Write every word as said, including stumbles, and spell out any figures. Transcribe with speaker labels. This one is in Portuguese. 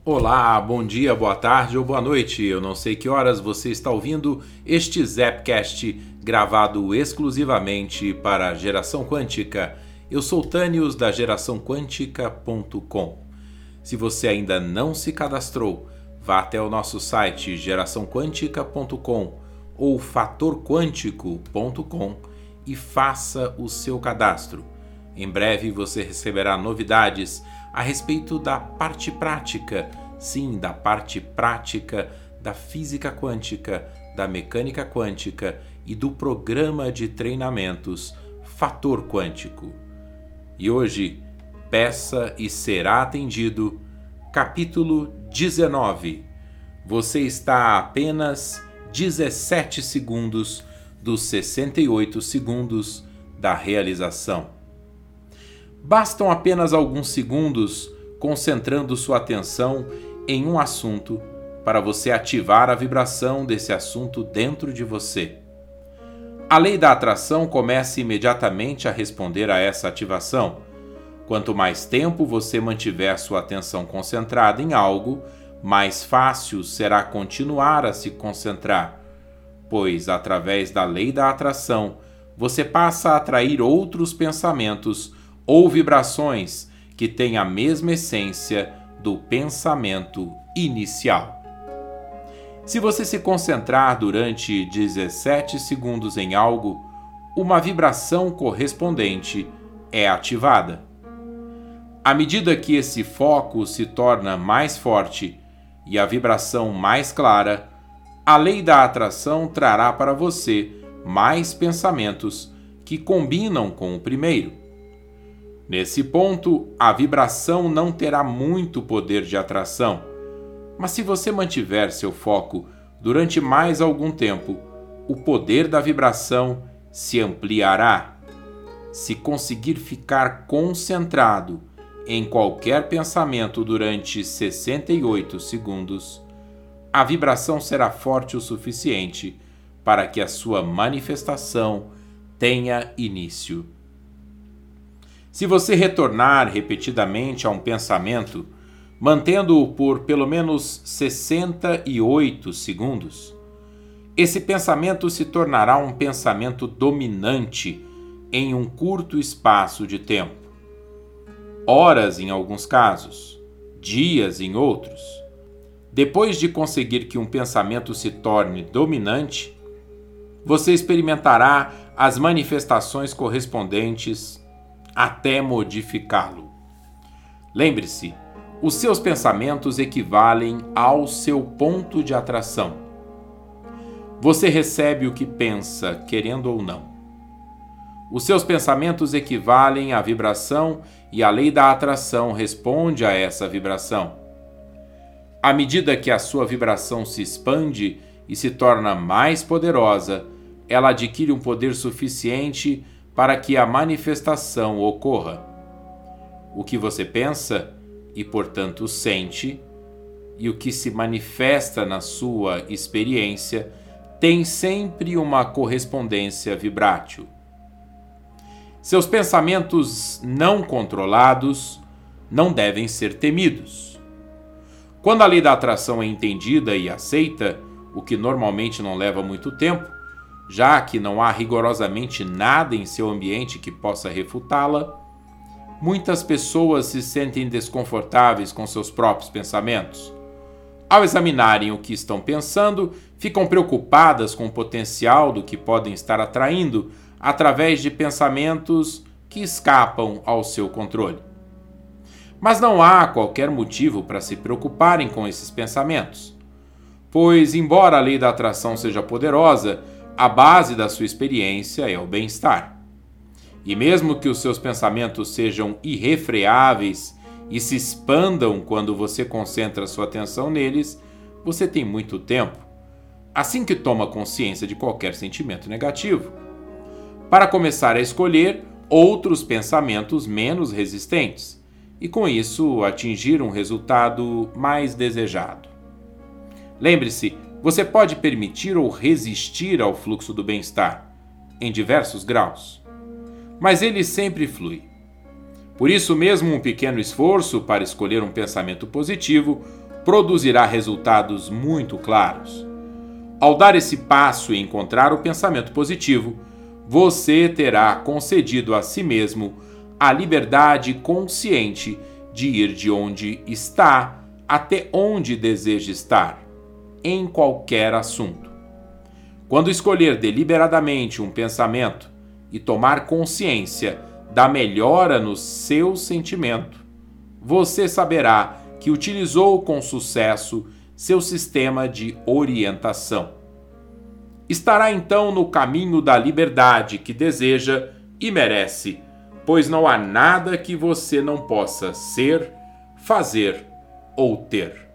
Speaker 1: Olá, bom dia, boa tarde ou boa noite. Eu não sei que horas você está ouvindo este Zapcast gravado exclusivamente para a Geração Quântica. Eu sou Tânios da geração quântica ponto com. Se você ainda não se cadastrou, vá até o nosso site geração quântica ponto com ou fator quântico ponto com e faça o seu cadastro. Em breve você receberá novidades a respeito da parte prática, sim, da parte prática da física quântica, da mecânica quântica e do programa de treinamentos Fator Quântico. E hoje, peça e será atendido, capítulo dezenove. Você está a apenas dezessete segundos dos sessenta e oito segundos da realização. Bastam apenas alguns segundos concentrando sua atenção em um assunto para você ativar a vibração desse assunto dentro de você. A lei da atração começa imediatamente a responder a essa ativação. Quanto mais tempo você mantiver sua atenção concentrada em algo, mais fácil será continuar a se concentrar, pois através da lei da atração você passa a atrair outros pensamentos ou vibrações que têm a mesma essência do pensamento inicial. Se você se concentrar durante dezessete segundos em algo, uma vibração correspondente é ativada. À medida que esse foco se torna mais forte e a vibração mais clara, a lei da atração trará para você mais pensamentos que combinam com o primeiro. Nesse ponto, a vibração não terá muito poder de atração, mas se você mantiver seu foco durante mais algum tempo, o poder da vibração se ampliará. Se conseguir ficar concentrado em qualquer pensamento durante sessenta e oito segundos, a vibração será forte o suficiente para que a sua manifestação tenha início. Se você retornar repetidamente a um pensamento, mantendo-o por pelo menos sessenta e oito segundos, esse pensamento se tornará um pensamento dominante em um curto espaço de tempo. Horas em alguns casos, dias em outros. Depois de conseguir que um pensamento se torne dominante, você experimentará as manifestações correspondentes até modificá-lo. Lembre-se, os seus pensamentos equivalem ao seu ponto de atração. Você recebe o que pensa, querendo ou não. Os seus pensamentos equivalem à vibração e a lei da atração responde a essa vibração. À medida que a sua vibração se expande e se torna mais poderosa, ela adquire um poder suficiente para que a manifestação ocorra. O que você pensa e, portanto, sente, e o que se manifesta na sua experiência, tem sempre uma correspondência vibrátil. Seus pensamentos não controlados não devem ser temidos. Quando a lei da atração é entendida e aceita, o que normalmente não leva muito tempo, já que não há rigorosamente nada em seu ambiente que possa refutá-la, muitas pessoas se sentem desconfortáveis com seus próprios pensamentos. Ao examinarem o que estão pensando, ficam preocupadas com o potencial do que podem estar atraindo através de pensamentos que escapam ao seu controle. Mas não há qualquer motivo para se preocuparem com esses pensamentos, pois, embora a lei da atração seja poderosa, a base da sua experiência é o bem-estar. E mesmo que os seus pensamentos sejam irrefreáveis e se expandam quando você concentra sua atenção neles, você tem muito tempo, assim que toma consciência de qualquer sentimento negativo, para começar a escolher outros pensamentos menos resistentes e, com isso, atingir um resultado mais desejado. Lembre-se, você pode permitir ou resistir ao fluxo do bem-estar, em diversos graus, mas ele sempre flui. Por isso mesmo, um pequeno esforço para escolher um pensamento positivo produzirá resultados muito claros. Ao dar esse passo e encontrar o pensamento positivo, você terá concedido a si mesmo a liberdade consciente de ir de onde está até onde deseja estar, em qualquer assunto. Quando escolher deliberadamente um pensamento e tomar consciência da melhora no seu sentimento, você saberá que utilizou com sucesso seu sistema de orientação. Estará então no caminho da liberdade que deseja e merece, pois não há nada que você não possa ser, fazer ou ter.